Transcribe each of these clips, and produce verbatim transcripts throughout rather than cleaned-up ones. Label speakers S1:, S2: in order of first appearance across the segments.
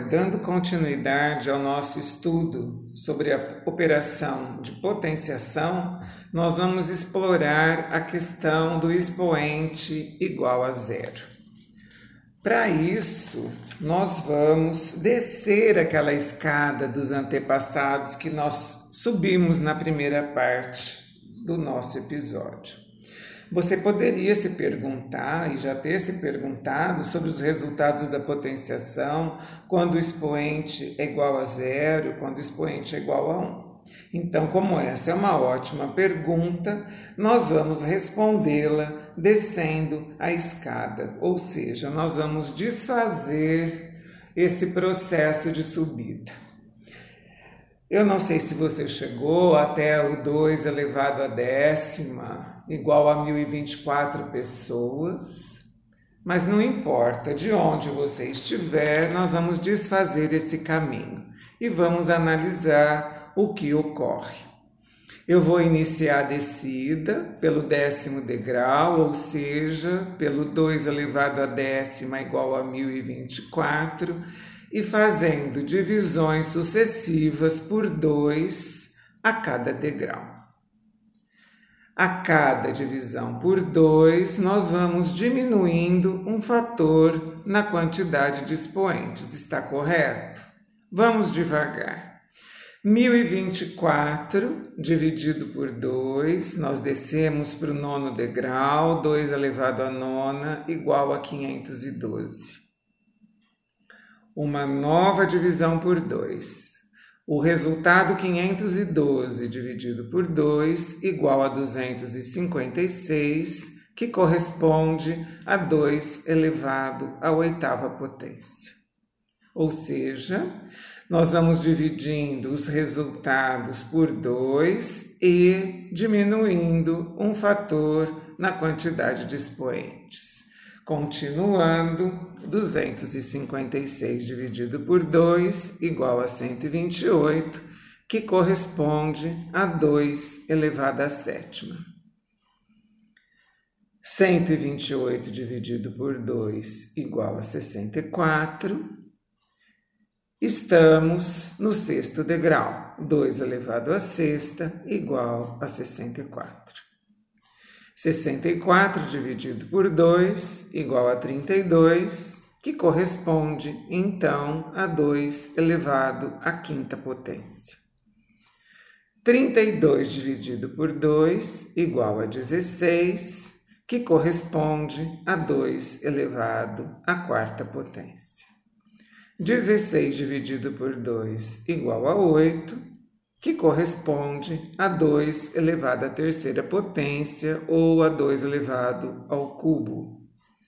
S1: dando continuidade ao nosso estudo sobre a operação de potenciação, nós vamos explorar a questão do expoente igual a zero. Para isso, nós vamos descer aquela escada dos antepassados que nós subimos na primeira parte do nosso episódio. Você poderia se perguntar, e já ter se perguntado, sobre os resultados da potenciação quando o expoente é igual a zero, quando o expoente é igual a um. Então, como essa é uma ótima pergunta, nós vamos respondê-la descendo a escada, ou seja, nós vamos desfazer esse processo de subida. Eu não sei se você chegou até o dois elevado à décima, igual a mil e vinte e quatro pessoas, mas não importa de onde você estiver, nós vamos desfazer esse caminho e vamos analisar o que ocorre. Eu vou iniciar a descida pelo décimo degrau, ou seja, pelo dois elevado à décima igual a mil e vinte e quatro, e fazendo divisões sucessivas por dois a cada degrau. A cada divisão por dois, nós vamos diminuindo um fator na quantidade de expoentes. Está correto? Vamos devagar. mil e vinte e quatro dividido por dois, nós descemos para o nono degrau, dois elevado à nona igual a quinhentos e doze. Uma nova divisão por dois. O resultado quinhentos e doze dividido por dois igual a duzentos e cinquenta e seis, que corresponde a dois elevado à oitava potência. Ou seja, nós vamos dividindo os resultados por dois e diminuindo um fator na quantidade de expoentes. Continuando, duzentos e cinquenta e seis dividido por dois igual a cento e vinte e oito, que corresponde a dois elevado à sétima. cento e vinte e oito dividido por dois igual a sessenta e quatro. Estamos no sexto degrau, dois elevado à sexta igual a sessenta e quatro. sessenta e quatro dividido por dois igual a trinta e dois, que corresponde, então, a dois elevado à quinta potência. trinta e dois dividido por dois igual a dezesseis, que corresponde a dois elevado à quarta potência. dezesseis dividido por dois igual a oito, que corresponde a dois elevado à terceira potência ou a dois elevado ao cubo.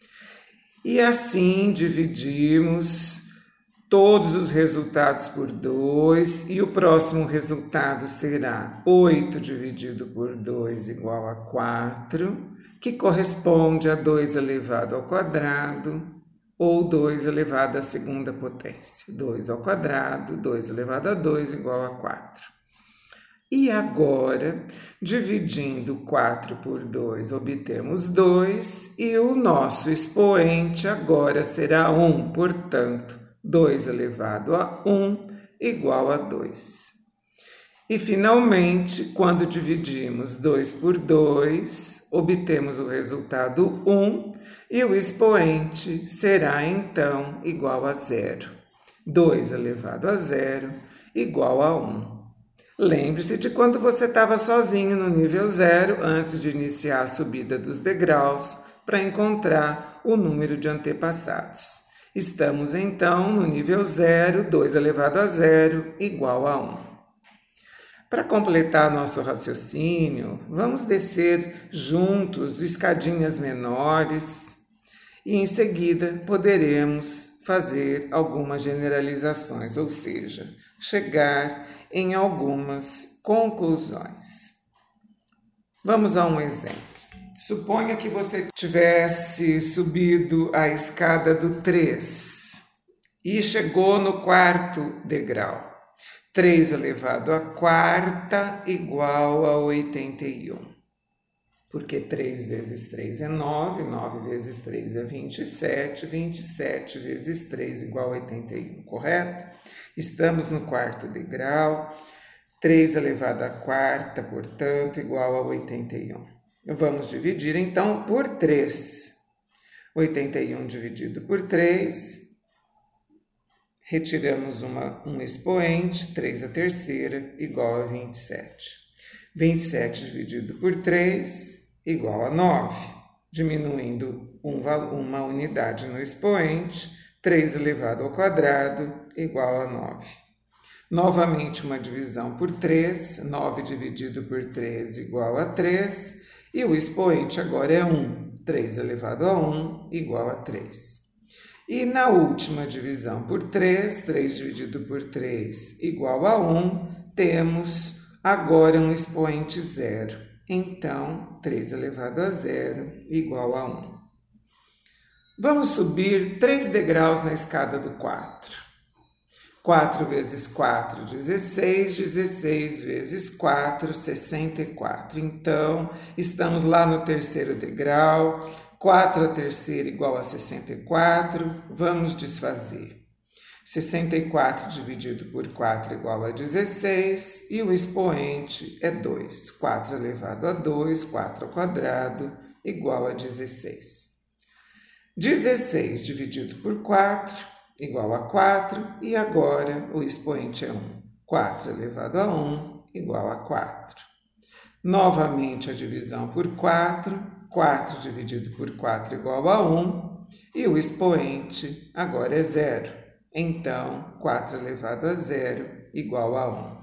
S1: E assim dividimos todos os resultados por dois e o próximo resultado será oito dividido por dois igual a quatro, que corresponde a dois elevado ao quadrado ou dois elevado à segunda potência. dois ao quadrado, dois elevado a dois igual a quatro. E agora, dividindo quatro por dois, obtemos dois e o nosso expoente agora será um, portanto, dois elevado a um igual a dois. E finalmente, quando dividimos dois por dois, obtemos o resultado um e o expoente será então igual a zero. dois elevado a zero igual a um. Lembre-se de quando você estava sozinho no nível zero antes de iniciar a subida dos degraus para encontrar o número de antepassados. Estamos então no nível zero, dois elevado a zero igual a um. Para completar nosso raciocínio, vamos descer juntos escadinhas menores e em seguida poderemos fazer algumas generalizações, ou seja, chegar em algumas conclusões. Vamos a um exemplo. Suponha que você tivesse subido a escada do três e chegou no quarto degrau. três elevado à quarta igual a oitenta e um. porque três vezes três é nove, nove vezes três é vinte e sete, vinte e sete vezes três igual a oitenta e um, correto? Estamos no quarto degrau, três elevado à quarta, portanto, igual a oitenta e um. Vamos dividir, então, por três. oitenta e um dividido por três, retiramos uma, um expoente, três a terceira, igual a vinte e sete. vinte e sete dividido por três, igual a nove. Diminuindo um, uma unidade no expoente, três elevado ao quadrado, igual a nove. Novamente uma divisão por três, nove dividido por três, igual a três, e o expoente agora é um, três elevado a um, igual a três. E na última divisão por três, três dividido por três, igual a um, temos agora um expoente zero. Então, três elevado a zero, igual a um. Vamos subir três degraus na escada do quatro. quatro vezes quatro, dezesseis, dezesseis vezes quatro, sessenta e quatro. Então, estamos lá no terceiro degrau, quatro a terceira igual a sessenta e quatro, vamos desfazer. sessenta e quatro dividido por quatro igual a dezesseis, e o expoente é dois. quatro elevado a dois, quatro ao quadrado, igual a dezesseis. dezesseis dividido por quatro, igual a quatro, e agora o expoente é um. quatro elevado a um, igual a quatro. Novamente a divisão por quatro, quatro dividido por quatro igual a um, e o expoente agora é zero. Então, quatro elevado a zero igual a um.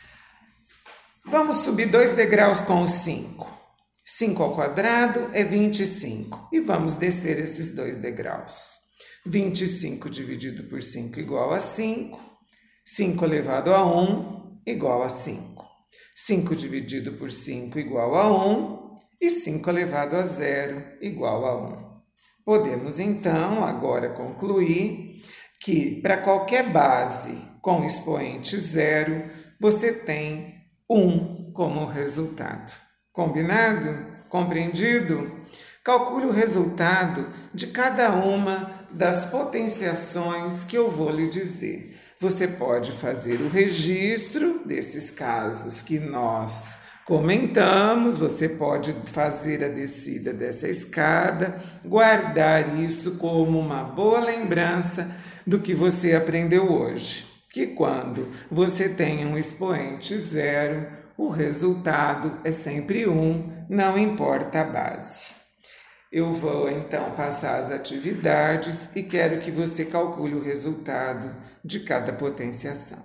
S1: Vamos subir dois degraus com o cinco. cinco ao quadrado é vinte e cinco. E vamos descer esses dois degraus. vinte e cinco dividido por cinco igual a cinco. cinco elevado a um igual a cinco. cinco dividido por cinco igual a um. E cinco elevado a zero igual a um. Podemos, então, agora concluir que para qualquer base com expoente zero, você tem um como resultado. Combinado? Compreendido? Calcule o resultado de cada uma das potenciações que eu vou lhe dizer. Você pode fazer o registro desses casos que nós comentamos, você pode fazer a descida dessa escada, guardar isso como uma boa lembrança do que você aprendeu hoje, que quando você tem um expoente zero, o resultado é sempre um, não importa a base. Eu vou então passar as atividades e quero que você calcule o resultado de cada potenciação.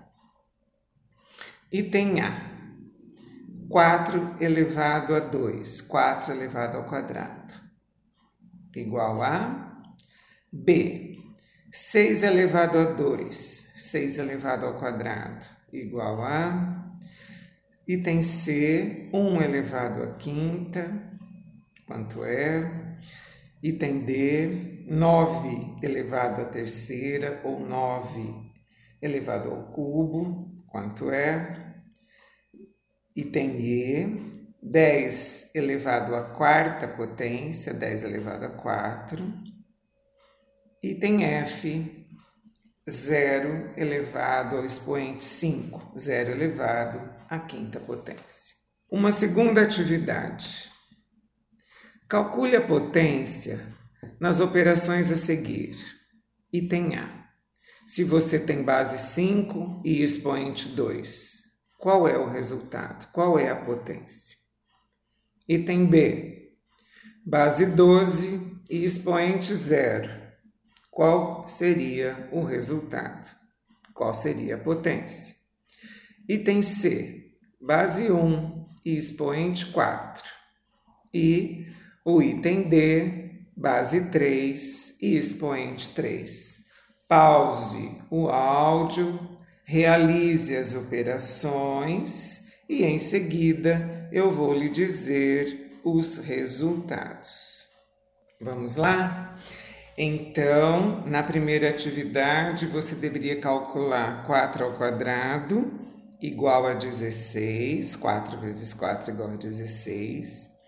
S1: Item A. quatro elevado a dois, quatro elevado ao quadrado, igual a B. seis elevado a dois, seis elevado ao quadrado, igual a... Item C, um elevado à quinta, quanto é? Item D, nove elevado à terceira, ou nove elevado ao cubo, quanto é? Item E, dez elevado à quarta potência, dez elevado a quatro. Item F, zero elevado ao expoente cinco, zero elevado à quinta potência. Uma segunda atividade. Calcule a potência nas operações a seguir. Item A. Se você tem base cinco e expoente dois, qual é o resultado? Qual é a potência? Item B. Base doze e expoente zero. Qual seria o resultado? Qual seria a potência? Item C, base um e expoente quatro. E o item D, base três e expoente três. Pause o áudio, realize as operações e em seguida eu vou lhe dizer os resultados. Vamos lá? Então, na primeira atividade, você deveria calcular quatro ao quadrado igual a dezesseis, quatro vezes quatro igual a dezesseis.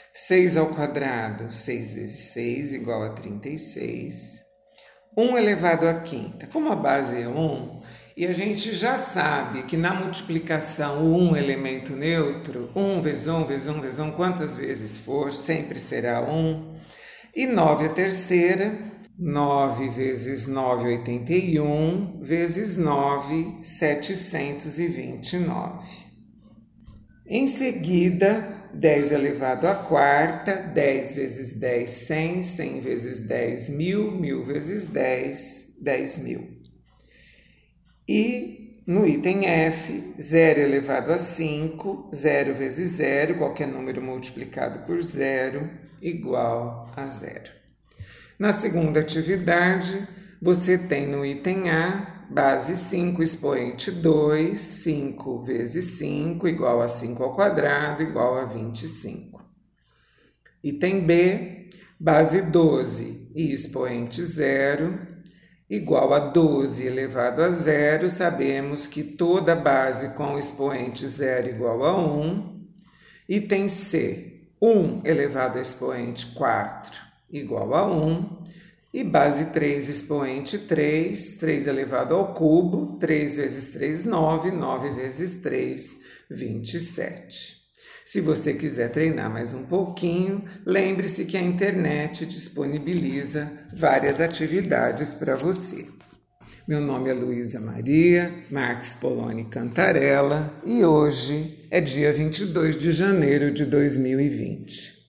S1: seis ao quadrado, seis vezes seis, igual a trinta e seis. um elevado à quinta. Como a base é um, e a gente já sabe que na multiplicação o um elemento neutro, um vezes um vezes um vezes um, quantas vezes for, sempre será um. E nove a terceira, nove vezes nove, oitenta e um, vezes nove, setecentos e vinte e nove. Em seguida, dez elevado à quarta, dez vezes dez, cem, cem vezes dez, mil, mil vezes dez, dez mil. E no item F, zero elevado a cinco, zero vezes zero, qualquer número multiplicado por zero, igual a zero. Na segunda atividade, você tem no item A, base cinco, expoente dois, cinco vezes cinco, igual a cinco ao quadrado, igual a vinte e cinco. Item B, base doze e expoente zero, igual a doze elevado a zero. Sabemos que toda base com expoente zero igual a um. Item C, um elevado a expoente quatro igual a um. E base três, expoente três, três elevado ao cubo, três vezes três, nove, nove vezes três, vinte e sete. Se você quiser treinar mais um pouquinho, lembre-se que a internet disponibiliza várias atividades para você. Meu nome é Luísa Maria Marques Poloni Cantarella e hoje é dia vinte e dois de janeiro de dois mil e vinte.